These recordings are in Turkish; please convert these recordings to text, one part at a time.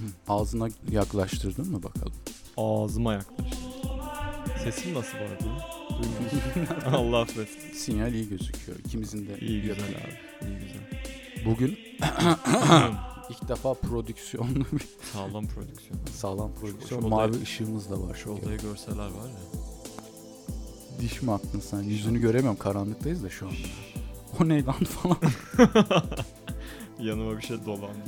Ağzına yaklaştırdın mı bakalım? Ağzıma yaklaştı. Sesim nasıl vardı? Duymuyorsun. Allah affetsin. Sinyal iyi gözüküyor. İkimizin de İyi güzel yakın. abi. İyi güzel. Bugün ilk defa prodüksiyonlu bir Sağlam prodüksiyon. sağlam prodüksiyon. Şu Mavi odayı- ışığımız da var. Şu odayı görseler var ya. Diş mi attın sen? Yüzünü göremiyorum. Karanlıktayız da şu anda. O ne lan falan. Yanıma bir şey dolandı.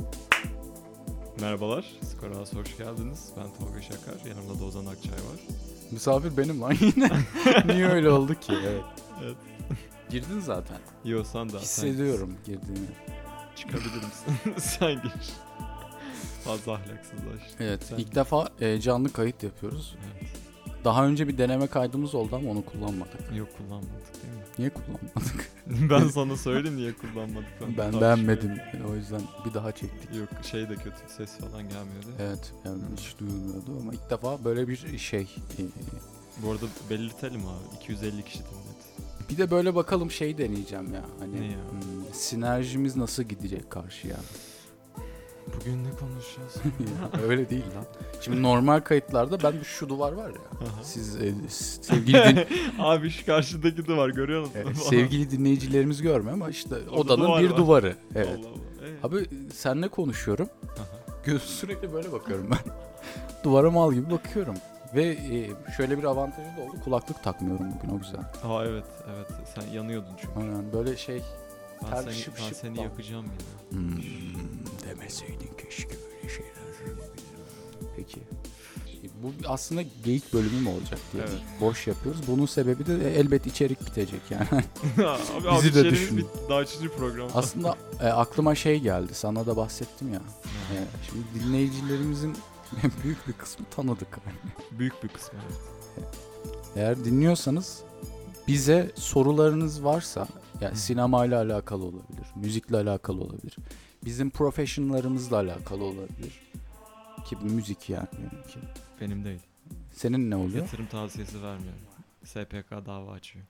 Merhabalar. Skoraz'a hoş geldiniz. Ben Tolga Şakar. Yanımda da Ozan Akçay var. Misafir benim lan yine. Niye öyle oldu ki? Evet. Evet. Girdin zaten. Yiyorsan da Hissediyorum girdiğini. çıkabilir misin? Sen gir. Fazla ahlaksızlaş. Evet. Sen- İlk defa canlı kayıt yapıyoruz. Evet. Daha önce bir deneme kaydımız oldu ama onu kullanmadık. Yok kullanmadık değil mi? Niye kullanmadık? Ben sana söyleyeyim niye kullanmadık. Ben tartışmıyorum. beğenmedim. O yüzden bir daha çektik. Yok şey de kötü, ses falan gelmiyordu. Evet. Yani hiç duyulmuyordu ama ilk defa böyle bir şey. Bu arada belirtelim abi 250 kişi dinledi. Bir de böyle bakalım şey deneyeceğim ya. Hani Ne ya? sinerjimiz nasıl gidecek karşıya? Bugün ne konuşacağız? Ya, öyle değil lan. Şimdi normal kayıtlarda ben şu duvar var ya. Aha. Siz sevgili Abi şu karşıdaki duvar görüyor musun? sevgili dinleyicilerimiz görmüyor ama işte Orada odanın duvar bir var. duvarı. Evet. Allah Allah. Abi senle konuşuyorum. Aha. Sürekli böyle bakıyorum ben. Duvara mal gibi bakıyorum. Ve şöyle bir avantajı da oldu. Kulaklık takmıyorum bugün, o güzel. Aa evet sen yanıyordun çünkü. Aynen böyle şey Ben ter seni, şıp ben şıp seni falan. yakacağım yine. Demeseydin keşke böyle şeyler. Peki. Bu aslında geyik bölümü mü olacak diye Evet. boş yapıyoruz. Bunun sebebi de elbet içerik bitecek yani. abi Bizi de içeriğimiz düşünün. daha üçüncü program. Aslında aklıma şey geldi. Sana da bahsettim ya. Şimdi dinleyicilerimizin büyük bir kısmı tanıdık. Büyük bir kısmı evet. Eğer dinliyorsanız bize sorularınız varsa, yani sinemayla alakalı olabilir, müzikle alakalı olabilir, bizim professionlarımızla alakalı olabilir. Ki müzik yani benimki. Benim değil. Senin ne oluyor? Yatırım tavsiyesi vermiyorum. SPK dava açıyor.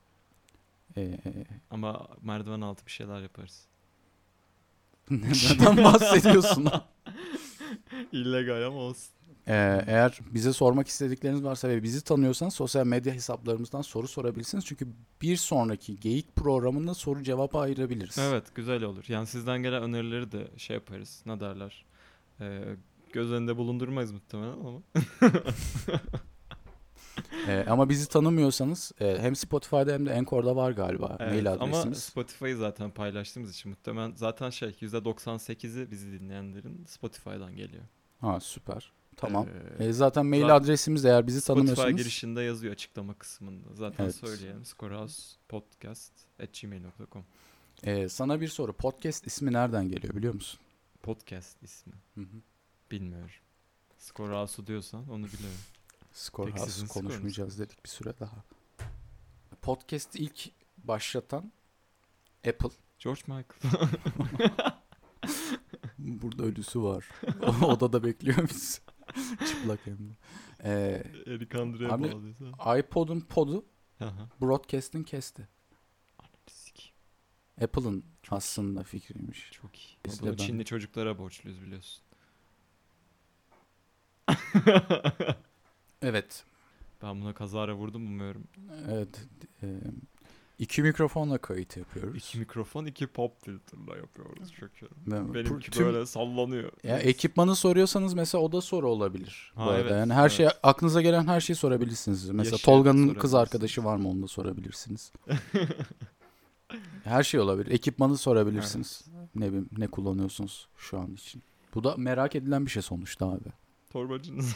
Ama merdiven altı bir şeyler yaparız. Neden bahsediyorsun? İllegal ama olsun. Eğer bize sormak istedikleriniz varsa ve bizi tanıyorsanız sosyal medya hesaplarımızdan soru sorabilirsiniz. Çünkü bir sonraki Geyik programında soru cevaba ayırabiliriz. Evet güzel olur. Yani sizden gelen önerileri de şey yaparız. Ne derler? Göz önünde bulundurmayız muhtemelen ama. Ama bizi tanımıyorsanız hem Spotify'da hem de Anchor'da var galiba mail Ama adresimiz. Spotify'ı zaten paylaştığımız için muhtemelen zaten %98'i bizi dinleyenlerin Spotify'dan geliyor. Ha süper. Tamam. Ee, Zaten mail zaten adresimiz, eğer bizi Spotify tanımıyorsanız. girişinde yazıyor açıklama kısmında. Zaten Evet. söyleyelim. skorhouspodcast@gmail.com Sana bir soru. Podcast ismi nereden geliyor biliyor musun? Podcast ismi. Hı hı. Bilmiyorum. Skorhouse diyorsan onu biliyorum. Peki sizin Scorehouse konuşmayacağız skorunuz? dedik bir süre daha. Podcast ilk başlatan Apple. George Michael. Burada ölüsü var. Odada bekliyor bizi. Çıplak hem de. Eric Andre'ye Abi, bağlıysa. iPod'un podu, Aha. Broadcast'in kesti. Sikeyim. Apple'ın Çok aslında fikriymiş. Çok iyi. Biz Bunu de ben- Çinli çocuklara borçluyuz biliyorsun. Evet. Ben buna kazara vurdum umuyorum. Evet. 2 mikrofonla kayıt yapıyoruz. 2 mikrofon 2 pop filter'la yapıyoruz çünkü. Ben- Benimki tüm- böyle sallanıyor. Ya ekipmanı soruyorsanız mesela o da soru olabilir. Ha, bu arada. evet, Yani her evet. şey, aklınıza gelen her şeyi sorabilirsiniz. Mesela Yaşayan Tolga'nın kız sorabilirsiniz. arkadaşı var mı, onu da sorabilirsiniz. Her şey olabilir. Ekipmanı sorabilirsiniz. Ne bileyim, ne kullanıyorsunuz şu an için. Bu da merak edilen bir şey sonuçta abi. Torbacınız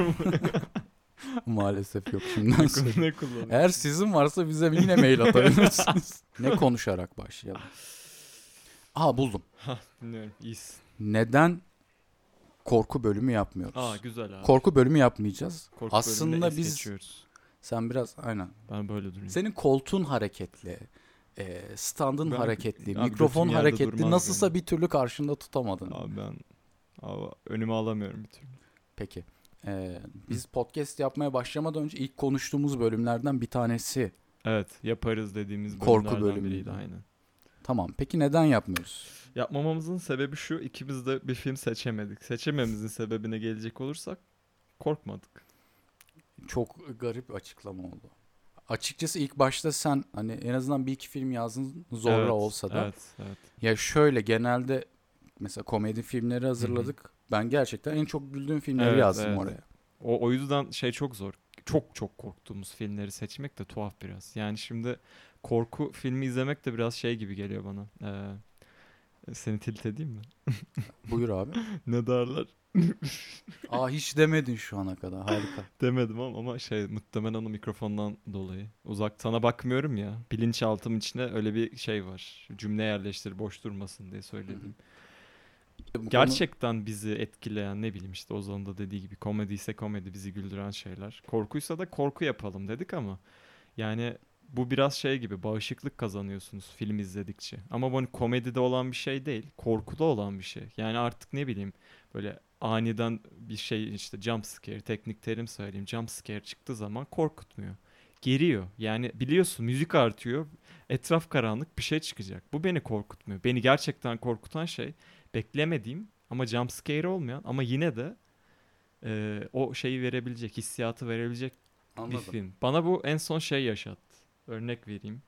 Maalesef yok şimdiden sonra. ne kullanıyor? Eğer sizin varsa bize yine mail atabilirsiniz. Ne konuşarak başlayalım? Buldum. Dinliyorum. İyisin. Neden korku bölümü yapmıyoruz? Güzel abi. Korku bölümü yapmayacağız. Korku Aslında bölümünde es biz geçiyoruz. sen biraz aynen. Ben böyle durayım. Senin koltuğun hareketli, standın Ben- hareketli, abi mikrofon götüm yerde hareketli. durmaz Nasılsa benim. bir türlü karşında tutamadın. Abi önüme alamıyorum bir türlü. Peki. Biz podcast yapmaya başlamadan önce ilk konuştuğumuz bölümlerden bir tanesi. Evet yaparız dediğimiz Korku bölümlerden bölümü. biriydi aynen. Tamam. Peki neden yapmıyoruz? Yapmamamızın sebebi şu: ikimiz de bir film seçemedik. Seçememizin sebebine gelecek olursak korkmadık. Çok garip bir açıklama oldu. Açıkçası ilk başta sen hani en azından bir iki film yazdın zorla Evet, olsa da. evet. Ya şöyle genelde mesela komedi filmleri Hı hı. hazırladık. Ben gerçekten en çok güldüğüm filmleri Evet, yazdım evet. oraya. O yüzden şey çok zor. Çok korktuğumuz filmleri seçmek de tuhaf biraz. Yani şimdi korku filmi izlemek de biraz şey gibi geliyor bana. Seni tilt edeyim mi? Buyur abi. Ne derler? Aa hiç demedin şu ana kadar. Harika. Demedim ama şey, muhtemelen o mikrofondan dolayı. Uzaktana bakmıyorum ya. Bilinçaltım içine öyle bir şey var. Cümle yerleştir boş durmasın diye Hı hı. söyledim. Bu konu Gerçekten bizi etkileyen, ne bileyim işte Ozan'ın da dediği gibi, komedi ise komedi, bizi güldüren şeyler. Korkuysa da korku yapalım dedik ama yani bu biraz şey gibi, bağışıklık kazanıyorsunuz film izledikçe. Ama bu komedide olan bir şey değil, korkuda olan bir şey. Yani artık ne bileyim, böyle aniden bir şey, işte jump scare, teknik terim söyleyeyim. Jump scare çıktığı zaman korkutmuyor. Geriyor. Yani biliyorsun, müzik artıyor, etraf karanlık, bir şey çıkacak. Bu beni korkutmuyor. Beni gerçekten korkutan şey, beklemediğim ama jump scare olmayan ama yine de o şeyi verebilecek, hissiyatı verebilecek bir anladım. film. Bana bu en son şey yaşattı. Örnek vereyim.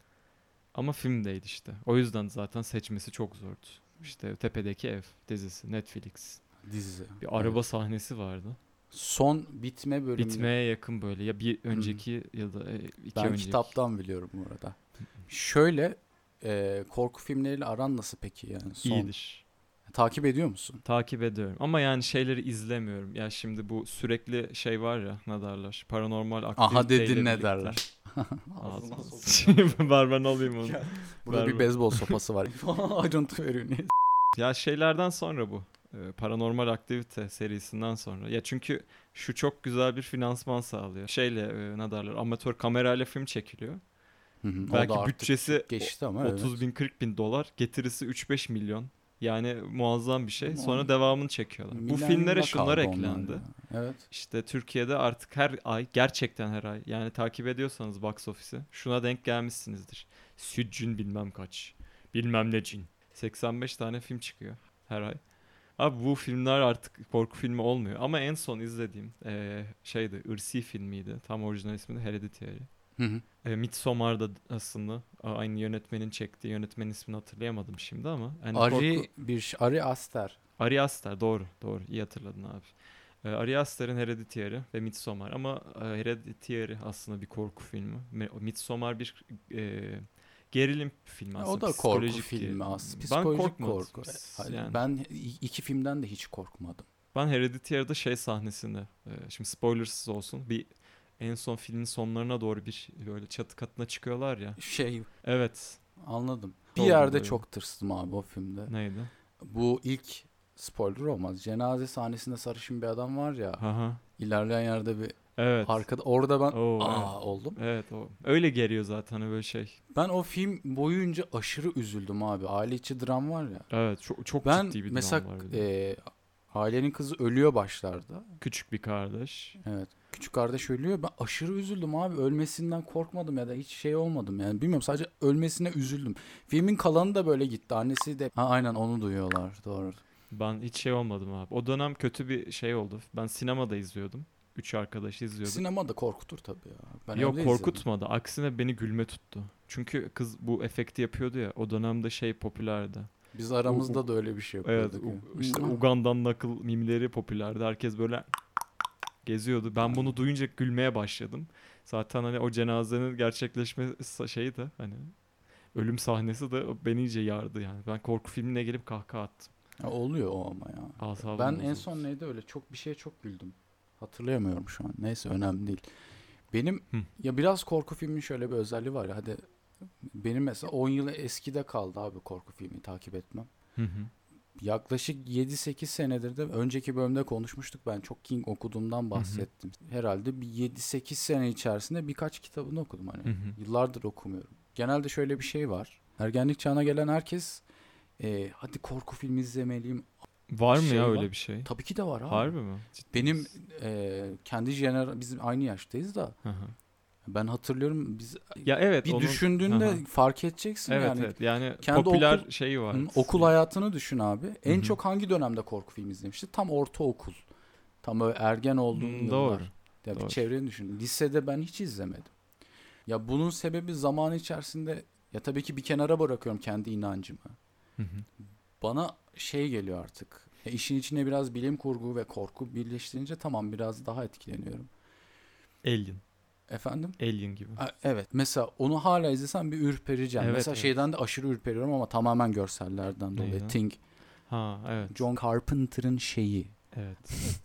Ama filmdeydi işte. O yüzden zaten seçmesi çok zordu. İşte Tepedeki Ev dizisi, Netflix. Dizi. Bir Evet. araba sahnesi vardı. Son bitme bölümü. Bitmeye yakın böyle. Ya bir Hmm. önceki ya da iki Ben önceki. kitaptan biliyorum bu arada. Şöyle korku filmleriyle aran nasıl peki yani son? İyidir. Takip ediyor musun? Takip ediyorum. Ama yani şeyleri izlemiyorum. Ya şimdi bu sürekli şey var ya, ne derler? Paranormal Aha dedin aktiviteyle ne birlikte. derler. Ağzıma Ağzına sıçayım. Ver ben alayım onu. Burada Ver bir ben. beyzbol sopası var. Ayrıntı veriyor. Niye? Ya şeylerden sonra bu. Paranormal Aktivite serisinden sonra. Ya çünkü şu çok güzel bir finansman sağlıyor. Şeyle ne derler, amatör kamerayla film çekiliyor. Hı hı, o da Belki artık bütçesi çok geçti ama 30 evet. bin 40 bin dolar. Getirisi 3-5 milyon. Yani muazzam bir şey. Ama Sonra devamını çekiyorlar. Bu filmlere milenyumda şunlar kaldı onlar eklendi. ya. Evet. İşte Türkiye'de artık her ay, gerçekten her ay, yani takip ediyorsanız box office'i, şuna denk gelmişsinizdir. Süccün bilmem kaç. Bilmem ne cin. 85 tane film çıkıyor her ay. Abi bu filmler artık korku filmi olmuyor. Ama en son izlediğim şeydi, Irsi filmiydi. Tam orijinal ismi de Hereditary. Hı hı. Midsommar'da aslında aynı yönetmenin çektiği, yönetmenin ismini hatırlayamadım şimdi ama hani korku. Ari Aster. Ari Aster, doğru iyi hatırladın abi. Ari Aster'in Hereditary ve Midsommar, ama Hereditary aslında bir korku filmi. Midsommar bir gerilim filmi Ya o aslında, da korku psikolojik filmi gerilim. aslında. Ben Psikolojik korkmadım. korku. Hayır, Yani ben iki filmden de hiç korkmadım. ben Hereditary'de şey sahnesinde, şimdi spoilersız olsun, bir en son filmin sonlarına doğru bir böyle çatı katına çıkıyorlar ya. Şey Evet. anladım. Bir Oldum yerde böyle. çok tırstım abi o filmde. Neydi? Bu ilk spoiler olmaz. Cenaze sahnesinde sarışın bir adam var ya. Haha. İlerleyen yerde bir Evet. arkada orada ben Oo, evet. oldum. Evet, o. Öyle geliyor zaten böyle şey. Ben o film boyunca aşırı üzüldüm abi. Aile içi dram var ya. Evet, çok Ben ciddi bir mesela dram var bir de. ailenin kızı ölüyor başlarda. Küçük bir kardeş. Evet. Küçük kardeş ölüyor. Ben aşırı üzüldüm abi. Ölmesinden korkmadım ya da hiç şey olmadım yani. Bilmiyorum, sadece ölmesine üzüldüm. Filmin kalanı da böyle gitti. Annesi de aynen onu duyuyorlar. Doğru. Ben hiç şey olmadım abi. O dönem kötü bir şey oldu. Ben sinemada izliyordum. Üç arkadaş izliyorduk. Sinema da korkutur tabii ya. Ben Yok, evde izledim. korkutmadı. Aksine beni gülme tuttu. Çünkü kız bu efekti yapıyordu ya. O dönemde şey popülerdi. Biz aramızda da öyle bir şey Evet, yapıyorduk. işte Ugandan nakıl mimleri popülerdi. Herkes böyle geziyordu. Ben bunu duyunca gülmeye başladım. Zaten hani o cenazenin gerçekleşme şeyi de, hani ölüm sahnesi de beni iyice yardı yani. Ben korku filmine gelip kahkaha attım. Ya oluyor o ama ya. Asabım Ben en bozuldu. son neydi öyle çok bir şeye çok güldüm. Hatırlayamıyorum şu an. Neyse önemli değil. Benim Hı. ya biraz korku filmin şöyle bir özelliği var ya. Hadi benim mesela 10 yıl eskide kaldı abi korku filmi takip etmem. Hı hı. Yaklaşık 7-8 senedir de önceki bölümde konuşmuştuk. Ben çok King okuduğumdan bahsettim. Herhalde bir 7-8 sene içerisinde birkaç kitabını okudum hani. Hı hı. Yıllardır okumuyorum. Genelde şöyle bir şey var. Ergenlik çağına gelen herkes hadi korku filmi izlemeliyim. Var mı Şey ya var. öyle bir şey? Tabii ki de var abi. Harbi mi? Ciddi Benim misin? kendi bizim aynı yaştayız da Hı hı. Ben hatırlıyorum biz Ya evet bir onun düşündüğünde Aha. fark edeceksin Evet yani. evet yani Kendi popüler okul şeyi var. okul hayatını düşün abi. En Hı. çok hangi dönemde korku filmi izlemişti? Tam ortaokul. Tam böyle ergen olduğun Doğru. yıllar. Ya bir Doğru. çevreni düşün. Lisede ben hiç izlemedim. Ya bunun sebebi zaman içerisinde ya tabii ki bir kenara bırakıyorum kendi inancımı. Hı hı. Bana şey geliyor artık. Ya işin içine biraz bilim kurgu ve korku birleştirince tamam biraz daha etkileniyorum. Alien. Efendim? Alien gibi. Evet. Mesela onu hala izlesem bir ürpereceğim. Evet, Mesela evet. şeyden de aşırı ürperiyorum ama tamamen görsellerden dolayı. Neyden? Thing. Ha evet. John Carpenter'ın şeyi. Evet.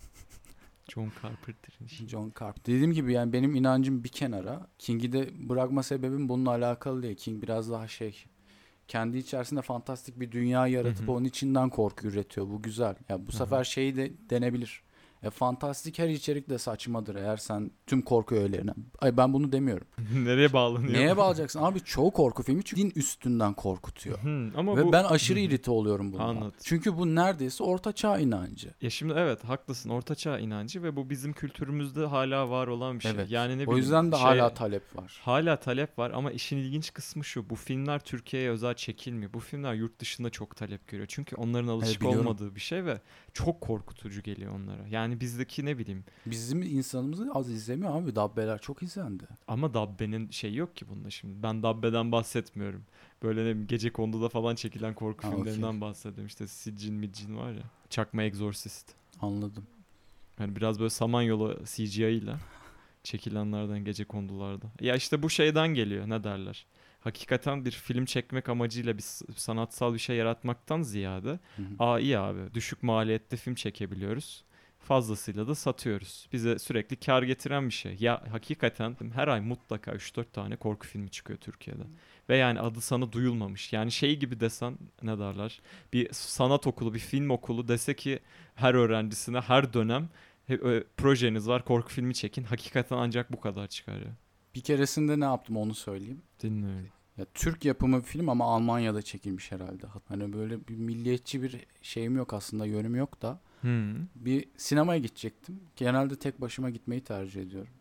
John Carpenter'ın işi. John Carpenter. Dediğim gibi yani benim inancım bir kenara. King'i de bırakma sebebim bununla alakalı değil. King biraz daha şey. Kendi içerisinde fantastik bir dünya yaratıp Hı hı. onun içinden korku üretiyor. Bu güzel. Ya bu Hı hı. sefer şey de denebilir. Fantastik her içerik de saçmadır eğer sen tüm korku öğelerine. Ay ben bunu demiyorum. Nereye bağlanıyor? Neye bağlayacaksın? Abi çoğu korku filmi çünkü din üstünden korkutuyor. Ama Ve bu ben aşırı irite oluyorum bundan. Anladım. Çünkü bu neredeyse ortaçağ inancı. Ya şimdi evet haklısın ortaçağ inancı ve bu bizim kültürümüzde hala var olan bir şey. Evet. Yani ne O bileyim yüzden de hala talep var. hala talep var ama işin ilginç kısmı şu. Bu filmler Türkiye'ye özel çekilmiyor. Bu filmler yurt dışında çok talep görüyor. Çünkü onların alışık biliyorum. olmadığı bir şey ve çok korkutucu geliyor onlara. Yani bizdeki ne bileyim Bizim insanımızı az izlemiyor abi. Dabbeler çok izlendi. ama Dabbe'nin şeyi yok ki bunda şimdi. Ben Dabbe'den bahsetmiyorum. Böyle ne bileyim Gecekondu'da falan çekilen korku filmlerinden okey. bahsediyorum. İşte Siccin Miccin var ya. Çakma Exorcist. Anladım. Yani biraz böyle Samanyolu CGI ile çekilenlerden Gecekondularda. Ya işte bu şeyden geliyor ne derler. Hakikaten bir film çekmek amacıyla bir sanatsal bir şey yaratmaktan ziyade Hı hı. iyi abi düşük maliyette film çekebiliyoruz. Fazlasıyla da satıyoruz. Bize sürekli kar getiren bir şey. Ya hakikaten her ay mutlaka 3-4 tane korku filmi çıkıyor Türkiye'de. Ve yani adı sana duyulmamış. Yani şey gibi desen ne derler? Bir sanat okulu, bir film okulu dese ki her öğrencisine her dönem projeniz var korku filmi çekin. Hakikaten ancak bu kadar çıkar ya. Bir keresinde ne yaptım onu söyleyeyim. Dinliyorum. Ya Türk yapımı bir film ama Almanya'da çekilmiş herhalde. Hani böyle bir milliyetçi bir şeyim yok aslında, yönüm yok da. Bir sinemaya gidecektim. Genelde tek başıma gitmeyi tercih ediyorum.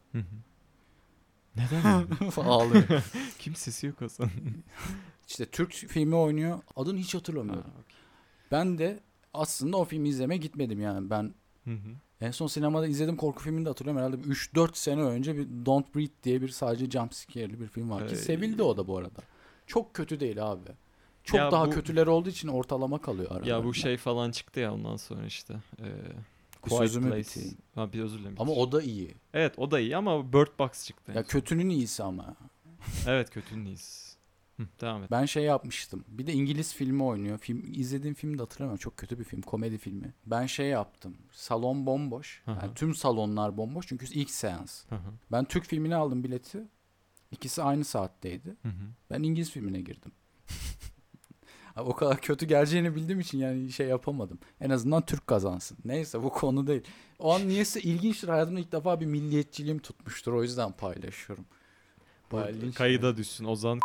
Neden abi? Ağlıyor. Kimsesi yok Hasan. İşte Türk filmi oynuyor. Adını hiç hatırlamıyorum. Okay. Ben de aslında o filmi izlemeye gitmedim yani. Ben en son sinemada izlediğim korku filmini de hatırlıyorum. Herhalde 3-4 sene önce bir Don't Breathe diye bir sadece jump scare'li bir film var ki sevildi o da bu arada. Çok kötü değil abi. Çok ya daha kötüleri olduğu için ortalama kalıyor aralarında. Ya bu şey falan çıktı ya ondan sonra işte. Sözümü Place. bitireyim. Ha, bir özür dilerim. Ama o da iyi. Evet o da iyi ama Bird Box çıktı. Ya kötünün iyisi ama. Evet kötünün iyisi. Devam et. Ben şey yapmıştım. Bir de İngiliz filmi oynuyor. İzlediğim filmi de hatırlamıyorum. Çok kötü bir film. Komedi filmi. Ben şey yaptım. Salon bomboş. Yani tüm salonlar bomboş. Çünkü ilk seans. Ben Türk filmini aldım bileti. İkisi aynı saatteydi. Ben İngiliz filmine girdim. O kadar kötü geleceğini bildiğim için yani şey yapamadım. En azından Türk kazansın. Neyse bu konu değil. O an niyeyse ilginçtir. Hayatımda ilk defa bir milliyetçiliğim tutmuştur. O yüzden paylaşıyorum. Kayıda düşsün Ozan.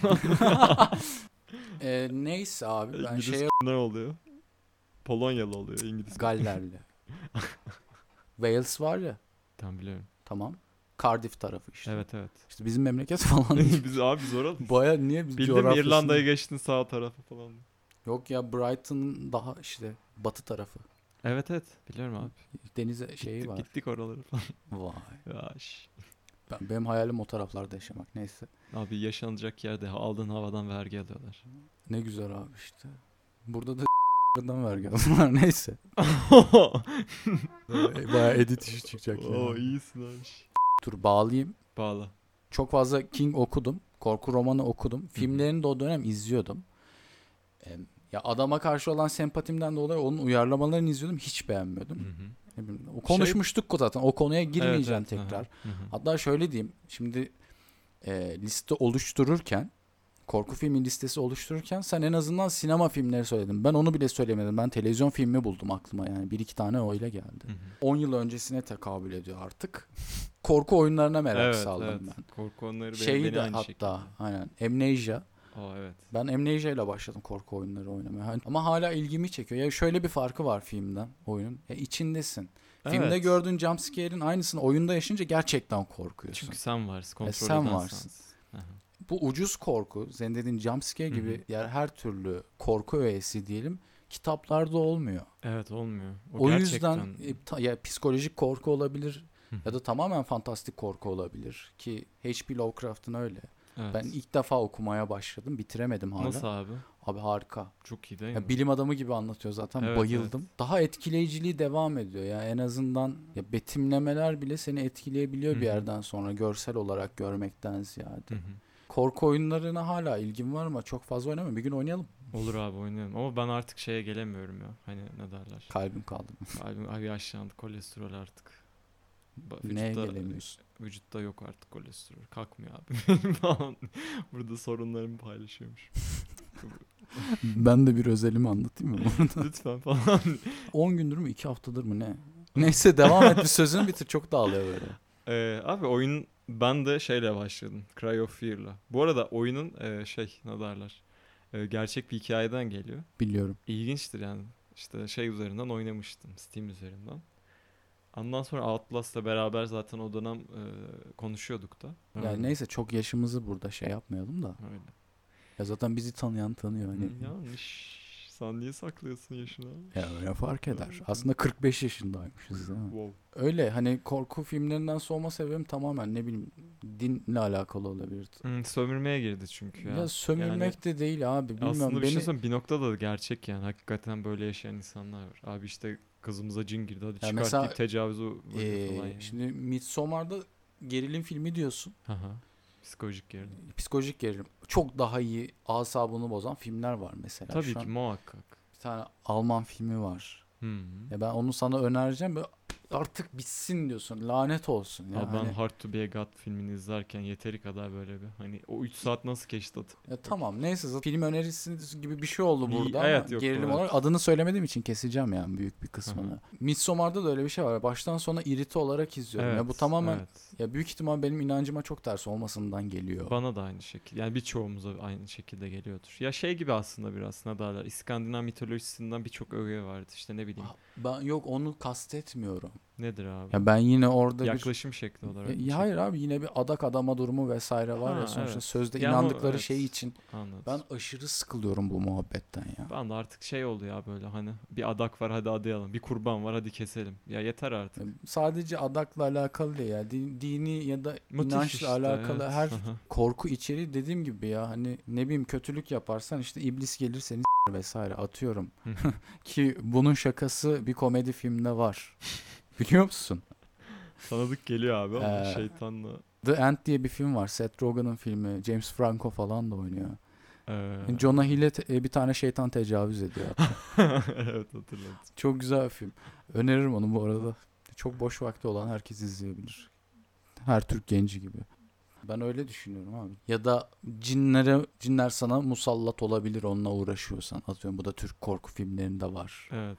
Neyse abi ben İngiliz ne oluyor? Polonyalı oluyor İngiliz. Gallerli. Wales var ya. Tamam biliyorum. Tamam. Cardiff tarafı işte. Evet evet. İşte bizim memleket falan değil. Biz abi zor olmuş. Baya niye biz Bildim İrlanda'ya geçtin sağ tarafı falan. Yok ya Brighton daha işte batı tarafı. Evet evet biliyorum abi. Denize şeyi var. Gittik oraları falan. Vay. Yaş. Benim hayalim o taraflarda yaşamak neyse. Abi yaşanacak yerde aldığın havadan vergi alıyorlar. Ne güzel abi işte. Burada da vergi alıyorlar neyse. Baya edit işi çıkacak ya. Oo iyisin abi. Dur bağlayayım. Bağla. Çok fazla King okudum. Korku romanı okudum. Filmlerini de o dönem izliyordum. Ya adama karşı olan sempatimden dolayı onun uyarlamalarını izliyordum. Hiç beğenmiyordum. O konuşmuştuk zaten. O konuya girmeyeceğim tekrar. Hatta şöyle diyeyim. Şimdi liste oluştururken korku filmi listesi oluştururken sen en azından sinema filmleri söyledin. Ben onu bile söylemedim. Ben televizyon filmi buldum aklıma yani. 1-2 tane öyle geldi. 10 yıl öncesine tekabül ediyor artık. Korku oyunlarına merak saldım ben. Korku oyunları Şeyi beni de aynı hatta şekilde. aynen Amnesia. Aa, evet. Ben Amnesia ile başladım korku oyunları oynamaya. Ama hala ilgimi çekiyor. Ya şöyle bir farkı var filmden, oyunun. Ya içindesin. Filmde Evet. gördüğün jumpscare'in aynısını oyunda yaşayınca gerçekten korkuyorsun. Çünkü sen varsın. Kontrol sen eden varsın. sensin. Aha. Bu ucuz korku, senin dediğin jumpscare gibi yani her türlü korku öğesi diyelim, kitaplarda olmuyor. Evet, olmuyor. O gerçekten... yüzden ya psikolojik korku olabilir Hı hı. ya da tamamen fantastik korku olabilir ki H.P. Lovecraft'ın öyle. Evet. Ben ilk defa okumaya başladım, bitiremedim hala. Nasıl abi? Abi harika. Çok iyi değil Ya mi? bilim adamı gibi anlatıyor zaten. Evet, Bayıldım. evet. Daha etkileyiciliği devam ediyor. Ya en azından ya betimlemeler bile seni etkileyebiliyor Hı bir hı. yerden sonra, görsel olarak görmekten ziyade. Hı hı. Korku oyunlarına hala ilgim var ama çok fazla oynamıyorum. Bir gün oynayalım. Olur abi, oynayalım. Ama ben artık şeye gelemiyorum ya. Hani ne derler? Kalbim kaldı. Abi yaşlandı. Kolesterol artık. Neye gelemiyorsun? Vücutta yok artık kolesterol. Kalkmıyor abi falan. Burada sorunlarımı paylaşıyormuş. Ben de bir özelimi anlatayım mı? Lütfen falan. 10 gündür mü 2 haftadır mı ne? Neyse devam et, bir sözünü bitir, çok dağılıyor böyle. Abi oyun, ben de şeyle başladım. Cry of Fear'la. Bu arada oyunun ne derler? Gerçek bir hikayeden geliyor. Biliyorum. İlginçtir yani. İşte şey üzerinden oynamıştım. Steam üzerinden. Ondan sonra Outlast'la beraber zaten o dönem konuşuyorduk da. Yani Öyle. neyse çok yaşımızı burada şey yapmayalım da. Öyle. Ya zaten bizi tanıyan tanıyor hani. Yanlış. Sen niye saklıyorsun yaşını? Ya öyle fark eder. Aslında 45 yaşındaymışız değil mi? Wow. Öyle hani korku filmlerinden soğuma sebebim tamamen ne bileyim dinle alakalı olabilir. Sömürmeye girdi çünkü ya. Ya sömürmek de değil abi, bilmiyorum Aslında bir şey beni. söyleyeyim, bir noktada da gerçek yani. Hakikaten böyle yaşayan insanlar var. Abi işte kızımıza cin girdi, hadi Ya çıkart mesela, deyip tecavüze uğruyor falan yani. Şimdi Midsommar'da gerilim filmi diyorsun. Haha. Psikolojik gerilim. Psikolojik gerilim. Çok daha iyi asabını bozan filmler var mesela. Tabii Şu ki an muhakkak. bir tane Alman filmi var. Hı. Ya ben onu sana önereceğim. Böyle artık bitsin diyorsun. Lanet olsun. Ya Abi ben hani, Hard to Be a God filmini izlerken yeteri kadar böyle bir hani o 3 saat nasıl geçti ya tamam neyse, zaten film önerisi gibi bir şey oldu burada Evet, ama yok, gerilim evet. olarak adını söylemediğim için keseceğim yani büyük bir kısmını. Hı hı. Midsommar'da da öyle bir şey var. Baştan sona irite olarak izliyorum. Evet, Ya bu tamamen evet. ya büyük ihtimal benim inancıma çok ters olmasından geliyor. Bana da aynı şekilde. Yani birçoğumuza aynı şekilde geliyordur. Ya şey gibi aslında biraz ne derler. İskandinav mitolojisinden birçok öğe vardı. İşte ne bileyim. Ben yok onu kastetmiyorum. Nedir abi? Ya ben yine orada Yaklaşım şekli olarak. ya hayır abi, yine bir adak adama durumu vesaire var Ha, ya sonuçta, evet. sözde Yani o, inandıkları evet. şey için. Anladım. Ben aşırı sıkılıyorum bu muhabbetten ya. Ben de artık şey oldu ya, böyle hani bir adak var hadi adayalım. Bir kurban var hadi keselim. Ya yeter artık. Sadece adakla alakalı değil ya. Dini ya da Motif inançla işte, alakalı evet. her Hı hı. korku içeriği, dediğim gibi ya, hani ne bileyim kötülük yaparsan işte iblis gelir seni vesaire, atıyorum. Hı hı. Ki bunun şakası bir komedi filmde var. Biliyor musun? Tanıdık geliyor abi ama Ee, şeytanla. The End diye bir film var. Seth Rogen'ın filmi. James Franco falan da oynuyor. Ee, Jonah Hill'e bir tane şeytan tecavüz ediyor. evet, hatırladım. Çok güzel bir film. Öneririm onu bu arada. Çok boş vakti olan herkes izleyebilir. Her Türk genci gibi. Ben öyle düşünüyorum abi. Ya da cinler sana musallat olabilir onunla uğraşıyorsan. Atıyorum, bu da Türk korku filmlerinde var. Evet.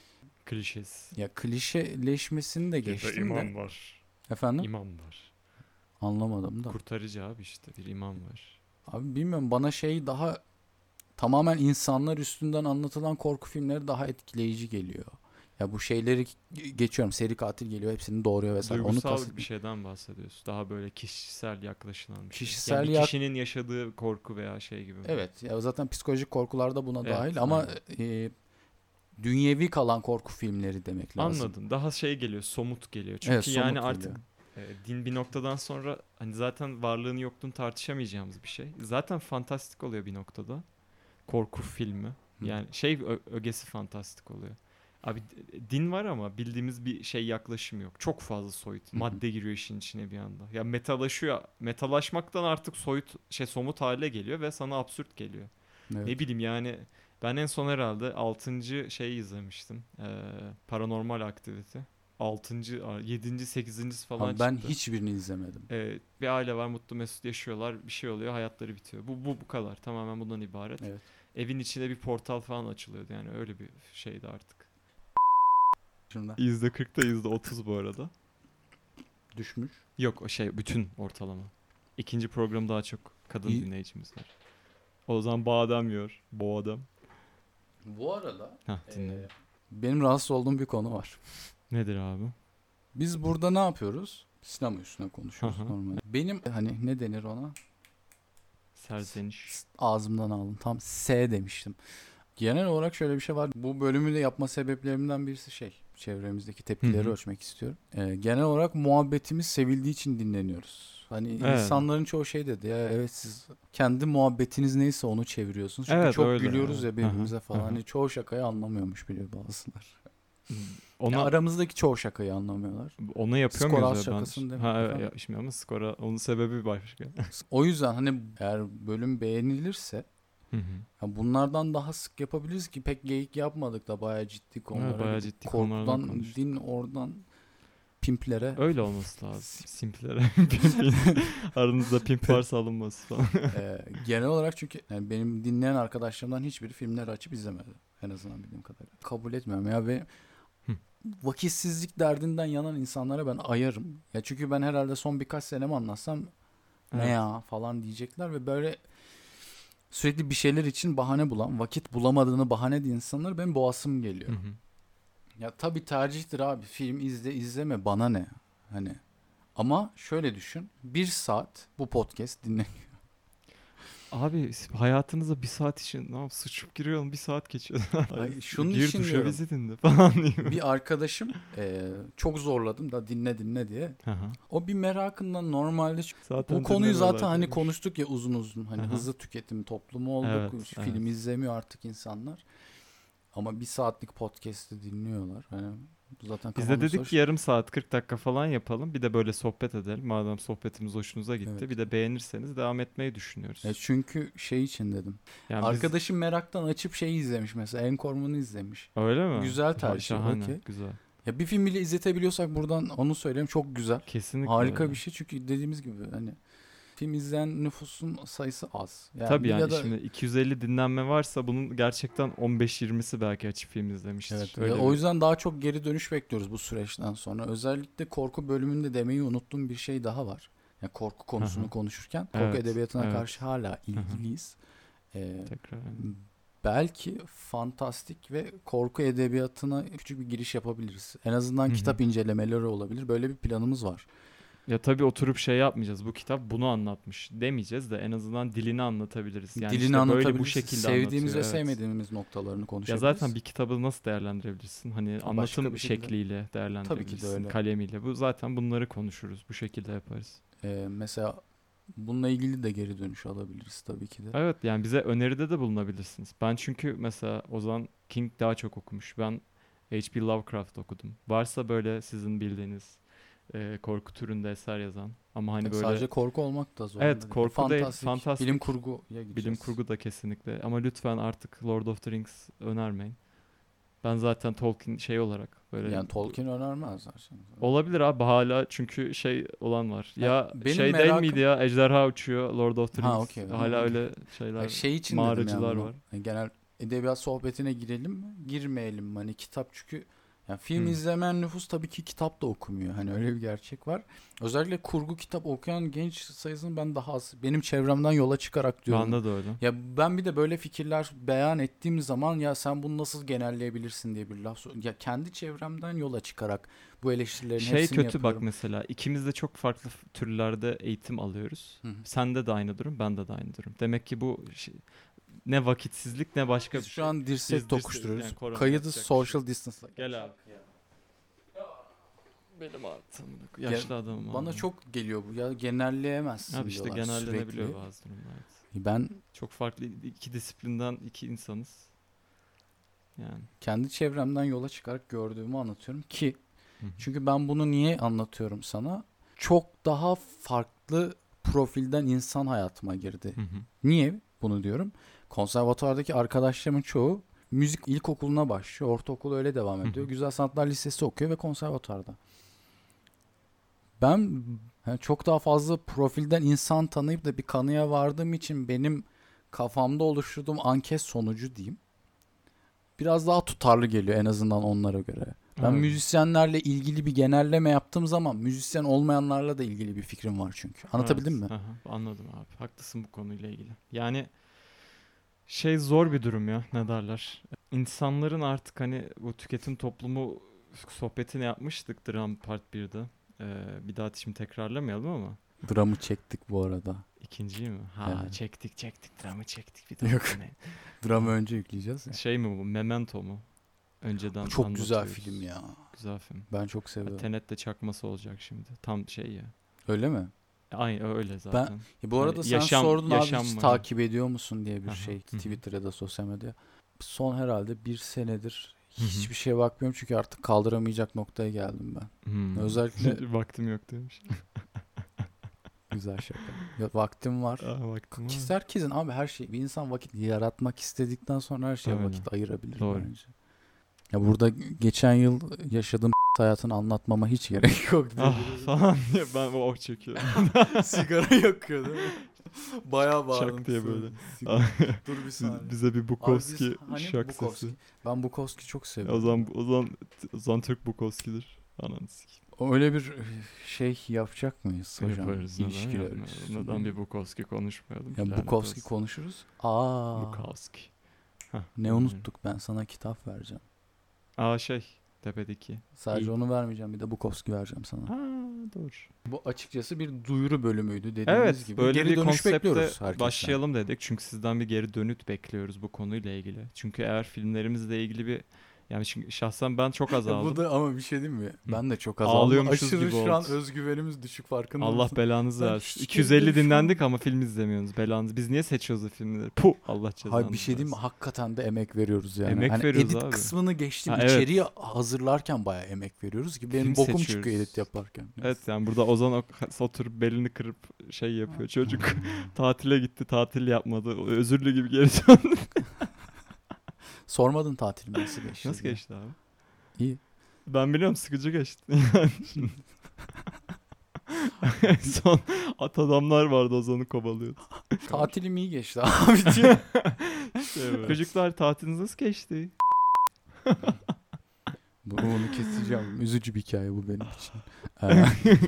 Klişesi. Ya klişeleşmesini de Ya da geçtim imam de. var. Efendim? İmam var. Anlamadım da. Kurtarıcı abi, işte bir imam var. Abi bilmiyorum, bana şey daha tamamen insanlar üstünden anlatılan korku filmleri daha etkileyici geliyor. Ya bu şeyleri geçiyorum. Seri katil geliyor, hepsini doğuruyor vesaire. Onu Duygusal kastetmiyorum. bir şeyden bahsediyorsun. Daha böyle kişisel yaklaşılan bir şey. Kişisel Yani bir kişinin yaşadığı korku veya şey gibi. Evet ya, zaten psikolojik korkular da buna Evet, dahil ama aynen. dünyevi kalan korku filmleri demek lazım. Anladım. Daha şey geliyor, somut geliyor. Çünkü Evet, somut yani artık geliyor. din bir noktadan sonra hani zaten varlığını yokluğunu tartışamayacağımız bir şey. Zaten fantastik oluyor bir noktada. Korku filmi. Hı. Yani şey ögesi fantastik oluyor. Abi din var ama bildiğimiz bir şey, yaklaşım yok. Çok fazla soyut. Hı hı. Madde giriyor işin içine bir anda. Ya metalaşıyor. Metalaşmaktan artık soyut somut hale geliyor ve sana absürt geliyor. Evet. Ne bileyim yani, ben en son herhalde 6. şeyi izlemiştim. Paranormal Activity. 6. 7. 8. falan Abi ben çıktı. hiçbirini izlemedim. Bir aile var, mutlu mesut yaşıyorlar. Bir şey oluyor, hayatları bitiyor. Bu kadar. Tamamen bundan ibaret. Evet. Evin içinde bir portal falan açılıyordu, yani öyle bir şeydi artık. Şunda %40'da %30 bu arada. düşmüş. Yok, o şey bütün ortalama. İkinci program daha çok kadın İyi. dinleyicimiz var. O zaman badem yiyor. Boğadam. Bu arada Hah, dinledim. benim rahatsız olduğum bir konu var. Nedir abi? Biz burada ne yapıyoruz? Sinema üstüne konuşuyoruz Hı hı. normalde. Benim hani ne denir ona? Serzeniş. Ağzımdan aldım. Tam S demiştim. Genel olarak şöyle bir şey var. Bu bölümü de yapma sebeplerimden birisi çevremizdeki tepkileri Hı hı. ölçmek istiyorum. Genel olarak muhabbetimiz sevildiği için dinleniyoruz. Hani Evet. insanların çoğu şey dedi ya, evet siz kendi muhabbetiniz neyse onu çeviriyorsunuz. Çünkü Evet, çok öyle gülüyoruz yani. ya birbirimize Hı hı, falan. hı hı. Hani çoğu şakayı anlamıyormuş bile bazılar. Onu Ya aramızdaki çoğu şakayı anlamıyorlar. onu yapıyor Skor az muyuz ya ben? şakasını demek Ha evet, efendim. ya, şimdi ama skora onun sebebi başka. O yüzden hani eğer bölüm beğenilirse Hı hı. ya bunlardan daha sık yapabiliriz ki pek geyik yapmadık da bayağı ciddi konulara bayağı gidip ciddi konulardan korkudan konuştuk. din oradan pimplere Öyle olması lazım. Simplere. Aranızda pimp varsa alınması falan. Genel olarak çünkü yani benim dinleyen arkadaşlarımdan hiçbiri filmleri açıp izlemedi. En azından bildiğim kadarıyla. Kabul etmiyorum ya ve Hı. vakitsizlik derdinden yanan insanlara ben ayarım. Ya çünkü ben herhalde son birkaç senemi anlatsam ne Evet. ya falan diyecekler ve böyle sürekli bir şeyler için bahane bulan, vakit bulamadığını bahane edilen insanlar benim boğazım geliyor. Hı hı. Ya tabii tercihtir abi. Film izle izleme bana ne? Hani ama şöyle düşün. 1 saat bu podcast dinle. Abi hayatınıza bir saat için ne yap sıçıp giriyorsun bir saat geçiyor. Ay, şunun Gir için duşa diyorum. bizi dinle falan diyeyim. Bir arkadaşım çok zorladım da dinle diye. Hı hı. O bir merakından normalde Zaten bu konuyu zaten dinlemiyorlar hani diyormuş. konuştuk ya uzun uzun. Hani Aha. hızlı tüketim toplumu olduk. Evet, Film evet. izlemiyor artık insanlar. Ama 1 saatlik podcast'i dinliyorlar. Hani zaten Biz de kafamda dedik ki yarım saat 40 dakika falan yapalım. Bir de böyle sohbet edelim. Madem sohbetimiz hoşunuza gitti. Evet. Bir de beğenirseniz devam etmeyi düşünüyoruz. Çünkü şey için dedim. Yani Arkadaşım meraktan açıp şeyi izlemiş mesela. Enkorman'ı izlemiş. öyle mi? Güzel tercih. Şahane. Okey. Güzel. Ya bir film bile izletebiliyorsak buradan onu söyleyeyim. Çok güzel. Kesinlikle Harika öyle. bir şey çünkü dediğimiz gibi hani film izleyen nüfusun sayısı az. Yani Tabii yani ya da şimdi 250 dinlenme varsa bunun gerçekten 15-20'si belki açıp film izlemiştir. evet. Öyle O bir- yüzden daha çok geri dönüş bekliyoruz bu süreçten sonra. Özellikle korku bölümünde demeyi unuttuğum bir şey daha var. Yani korku konusunu Aha. konuşurken korku Evet, edebiyatına evet. karşı hala ilgiliyiz. Tekrar. Belki fantastik ve korku edebiyatına küçük bir giriş yapabiliriz. En azından Hı hı. kitap incelemeleri olabilir. Böyle bir planımız var. Ya tabii oturup şey yapmayacağız. Bu kitap bunu anlatmış demeyeceğiz de en azından dilini anlatabiliriz. Yani Dilini işte böyle bu anlatabiliriz. şekilde Sevdiğimiz ve anlatıyor. Evet. sevmediğimiz noktalarını Ya konuşabiliriz. zaten bir kitabı nasıl değerlendirebilirsin? Hani Başka anlatım bir şekilde. şekliyle değerlendirebilirsin. Tabii ki de öyle. Kalemiyle. Bu zaten bunları konuşuruz. Bu şekilde yaparız. Mesela bununla ilgili de geri dönüş alabiliriz tabii ki de. Evet yani bize öneride de bulunabilirsiniz. Ben çünkü mesela Ozan King daha çok okumuş. Ben H.P. Lovecraft okudum. Varsa böyle sizin bildiğiniz korku türünde eser yazan ama hani böyle Sadece korku olmak da zor. evet korku değil Fantastik, fantastik bilim kurguya gideceğiz. bilim kurgu da kesinlikle ama lütfen artık Lord of the Rings önermeyin. Ben zaten Tolkien şey olarak böyle Yani Tolkien önermezler şimdi. olabilir abi hala çünkü şey olan var. Ya Ya benim şey değil merakım- miydi ya ejderha uçuyor Lord of the Ha, Rings. okey. Hala Okey. öyle şeyler Şey için dedim mağaracılar yani bunu. var. Genel edebiyat sohbetine girelim mi? Girmeyelim mi? Hani kitap çünkü yani film Hmm. izlemeyen nüfus tabii ki kitap da okumuyor. Hani öyle bir gerçek var. Özellikle kurgu kitap okuyan genç sayısını ben daha az. Benim çevremden yola çıkarak diyorum. Bende de öyle. Ya ben bir de böyle fikirler beyan ettiğim zaman ya sen bunu nasıl genelleyebilirsin diye bir ya kendi çevremden yola çıkarak bu eleştirilerin Şey hepsini kötü bak yapıyorum. mesela ikimiz de çok farklı türlerde eğitim alıyoruz. Hı hı. Sende de aynı durum, bende de aynı durum. Demek ki bu ne vakitsizlik ne başka Biz bir şu şey. an dirsek Biz tokuşturuyoruz. yani korona Kaydı yapacak bir şey social distance'la. Gel abi. Benim artık yaşlı adamım Bana abi. çok geliyor bu ya genelleyemezsin Abi işte diyorlar genellenebiliyor sürekli. bazı durumlar. Evet. Ben Çok farklı iki disiplinden iki insanız. Yani. kendi çevremden yola çıkarak gördüğümü anlatıyorum ki Hı hı. çünkü ben bunu niye anlatıyorum sana? Çok daha farklı profilden insan hayatıma girdi. Hı hı. Niye bunu diyorum? Konservatuvardaki arkadaşlarımın çoğu müzik ilkokuluna başlıyor. Ortaokul öyle devam ediyor. Hı hı. Güzel Sanatlar Lisesi okuyor ve konservatuvarda. Ben yani çok daha fazla profilden insan tanıyıp da bir kanıya vardığım için benim kafamda oluşturduğum anket sonucu diyeyim. Biraz daha tutarlı geliyor en azından onlara göre. Ben Evet. müzisyenlerle ilgili bir genelleme yaptığım zaman müzisyen olmayanlarla da ilgili bir fikrim var çünkü. Anlatabildim Evet. mi? Aha, anladım abi. Haklısın bu konuyla ilgili. Yani Şey zor bir durum ya, ne derler. İnsanların artık hani bu tüketim toplumu sohbetini yapmıştık Dram Part 1'de. Bir daha şimdi tekrarlamayalım ama. Dramı çektik bu arada. İkinciyi mi? Ha, Evet. çektik dramı çektik bir daha. Yok. Ne? Dramı önce yükleyeceğiz ya. Şey mi bu? Memento mu? Önceden Bu çok güzel anlatıyoruz. film ya. Güzel film. Ben çok seviyorum. Tenet'te çakması olacak şimdi. Tam şey ya. Öyle mi? Aynı öyle zaten. Bu arada Yani sen sordun abi hiç yaşam var. takip ediyor musun diye bir Aha, şey hı hı. Twitter ya da sosyal medya. Son herhalde bir senedir Hı hı. hiçbir şeye bakmıyorum çünkü artık kaldıramayacak noktaya geldim ben. Hmm. Özellikle Vaktim yok demiş. güzel şaka. Ya, vaktim var. Vaktim var. Herkesin abi her şey bir insan vakit yaratmak istedikten sonra her şeye Öyle. vakit ayırabilir Doğru. bence. Ya burada geçen yıl yaşadığım hayatını anlatmama hiç gerek yok. Falan diye ben o çekiyorum. Sigara yakıyor değil mi? Bayağı bağırdım. Çak diye böyle. Dur bir saniye. Bize bir Bukowski Abi biz- hani şak Bukowski. sesi. Ben Bukowski çok O seviyorum. zaman Türk Bukowski'dir. Ananı sikeyim. Öyle bir şey yapacak mıyız hocam? Yaparız. İlişkiler Neden üstüne. Neden bir Bukowski konuşmayalım? Ya Lanet Bukowski olsun. konuşuruz. Aa, Bukowski. Hah, ne bilmiyorum. unuttuk, ben sana kitap vereceğim. Tepedeki. Sadece İyi. onu vermeyeceğim, bir de Bukowski vereceğim sana. Doğru. Bu açıkçası bir duyuru bölümüydü dediğiniz Evet, gibi. böyle Geri bir dönüş konsepte bekliyoruz herkesten. başlayalım dedik. Çünkü sizden bir geri dönüt bekliyoruz bu konuyla ilgili. Çünkü eğer filmlerimizle ilgili bir yani çünkü şahsen ben çok Bu azaldım. da ama bir şey değil mi? Ben de çok azaldım. Ağlıyormuşuz Aşırı gibi şu an oldu. özgüvenimiz düşük, farkında Allah mısın? belanızı Ben versin. hiç 250 keyifli şu an- dinlendik ama film izlemiyorsunuz. Belanızı. Biz niye seçiyoruz bu filmleri? Puh, Allah cezanı Hayır bir şey diyeyim mi? versin. Hakikaten de emek veriyoruz yani. Emek Hani veriyoruz edit abi. kısmını geçtim. Ha, evet. İçeriği hazırlarken bayağı emek veriyoruz ki benim Film bokum seçiyoruz. çıkıyor edit yaparken. Evet yani burada Ozan oturup belini kırıp şey yapıyor. Çocuk tatile gitti, tatil yapmadı. Özürlü gibi geri döndü. Sormadın tatil nasıl geçti? Nasıl diye. geçti abi? İyi. Ben biliyorum, sıkıcı geçti. Son at adamlar vardı, Ozan'ı kovalıyordu. Tatilim iyi geçti abi diyor. Çocuklar tatiliniz nasıl geçti? Bunu keseceğim. Üzücü bir hikaye bu benim için. Ee,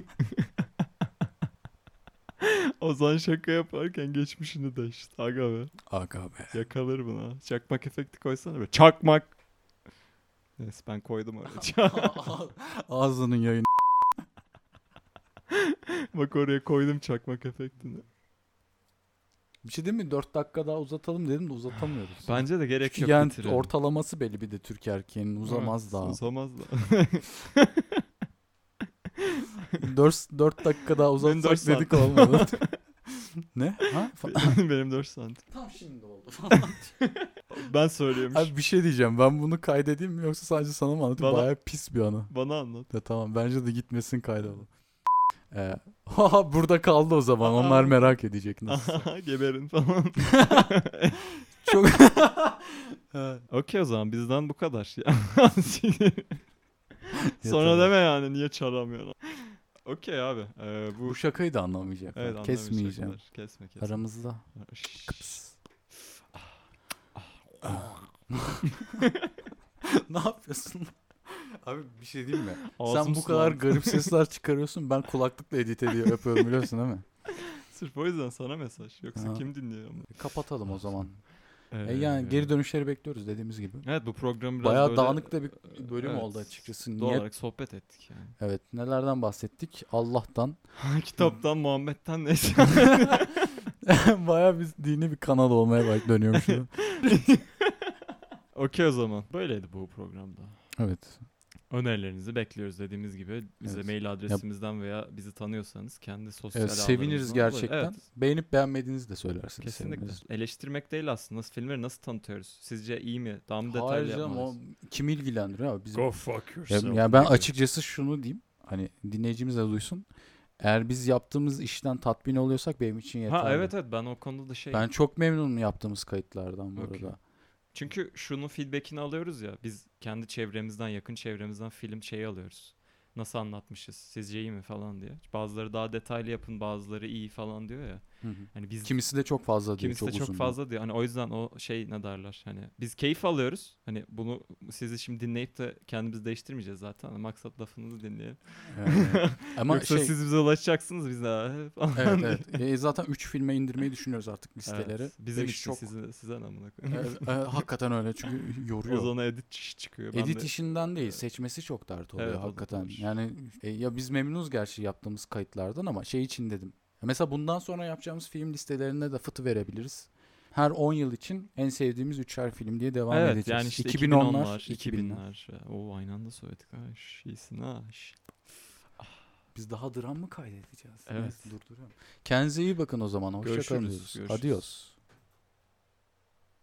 Ozan şaka yaparken geçmişini de işte. Aga be. Aga be. Yakalar buna. Çakmak efekti koysana be. Çakmak. Neyse ben koydum oraya. Ağzının yayını. Bak oraya koydum çakmak efektini. Bir şey değil mi? 4 dakika daha uzatalım dedim de uzatamıyoruz. Bence de gerek Çünkü yok. yani bitirelim. ortalaması belli bir de Türk erkeğinin uzamaz Evet, daha. Uzamaz da. 4 dakika daha Benim dört uzatsak dedik santim. olmadı. Ne? Ha? Benim 4 santim. Tam şimdi oldu falan. Ben söylüyormuş. Abi bir şey diyeceğim. Ben bunu kaydedeyim mi yoksa sadece sana mı anlatayım? Bana- Bayağı pis bir anı. Bana anlat. Ya tamam, bence de gitmesin kaydolalım. Burada kaldı o zaman. Aa. Onlar merak edecek nasıl. Geberin falan. Çok Evet. Okey, o zaman bizden bu kadar. Sonra Yeter. deme yani niye çalamıyor. Okey abi. Bu şakayı da anlamayacaklar. Evet, Kesmeyeceğim. anlamayacaklar. Kesme. Aramızda. Şşş. Ne yapıyorsun? Abi bir şey diyeyim mi? Ağzım Sen bu kadar sulandı. garip sesler çıkarıyorsun. Ben kulaklıkla edit yapıyorum biliyorsun değil mi? Sırf o yüzden sana mesaj. Yoksa Ha. kim dinliyor onu? Kapatalım o zaman. Ee, Yani geri dönüşleri bekliyoruz dediğimiz gibi. Evet, bu program biraz Bayağı böyle, dağınık da bir bölüm evet, oldu açıkçası. Doğal Niye? olarak sohbet ettik yani. Evet. Nelerden bahsettik? Allah'tan. Kitaptan, Muhammed'den neyse. Bayağı biz dini bir kanal olmaya dönüyormuş. Okey, o zaman. Böyleydi bu programda. Evet. Önerilerinizi bekliyoruz dediğimiz gibi. Bize Evet. mail adresimizden veya bizi tanıyorsanız kendi sosyal Evet, seviniriz ağlarımızdan- gerçekten. Evet, Beğenip beğenmediğinizi de söylersiniz. kesinlikle. Seviniriz. Eleştirmek değil aslında. Nasıl filmleri nasıl tanıtıyoruz? Sizce iyi mi? Daha mı Hayır detaylı canım, o yapmalıyız? kimi ilgilendiriyor abi? Bizim... Go fuck Ya, yourself. ya ben açıkçası şunu diyeyim. Hani dinleyicimiz de duysun. Eğer biz yaptığımız işten tatmin oluyorsak benim için yeterli. Ha evet ben o konuda da şey. Ben çok memnunum yaptığımız kayıtlardan bu Okey. arada. Çünkü şunun feedback'ini alıyoruz ya. Biz kendi çevremizden, yakın çevremizden film şeyi alıyoruz. Nasıl anlatmışız? Sizce iyi mi falan diye. Bazıları daha detaylı yapın, bazıları iyi falan diyor ya. Hı hı. Hani biz Kimisi de çok fazla diyor. kimisi de çok uzun diyor. fazla diyor. Hani o yüzden o şey ne derler? Hani biz keyif alıyoruz. Hani bunu sizi şimdi dinleyip de kendimizi değiştirmeyeceğiz zaten. Hani maksat lafınızı dinleyelim. Evet. Ama Yoksa şey, siz bize ulaşacaksınız biz de falan evet diye. evet. Zaten 3 filme indirmeyi düşünüyoruz artık listeleri. Evet. Bizim Beş için çok size ne amına koyayım. hakikaten öyle çünkü yoruyor. Ozan'a edit işi çıkıyor. Ben Edit de işinden değil, seçmesi çok dert oluyor evet, o da hakikaten. doğru. Yani ya biz memnunuz gerçi yaptığımız kayıtlardan ama şey için dedim. Mesela bundan sonra yapacağımız film listelerine de fıtı verebiliriz. Her 10 yıl için en sevdiğimiz 3'er film diye devam Evet edeceğiz. yani işte 2010'lar, 2010'lar, 2000'ler. 2000'ler. O aynı anda söyledik. Ha, iyisin ha. Biz daha dram mı kaydedeceğiz? Evet. Neyse, durduruyorum. Kendinize iyi bakın o zaman. Hoşça kalın Görüşürüz. diyoruz. Görüşürüz. Adios.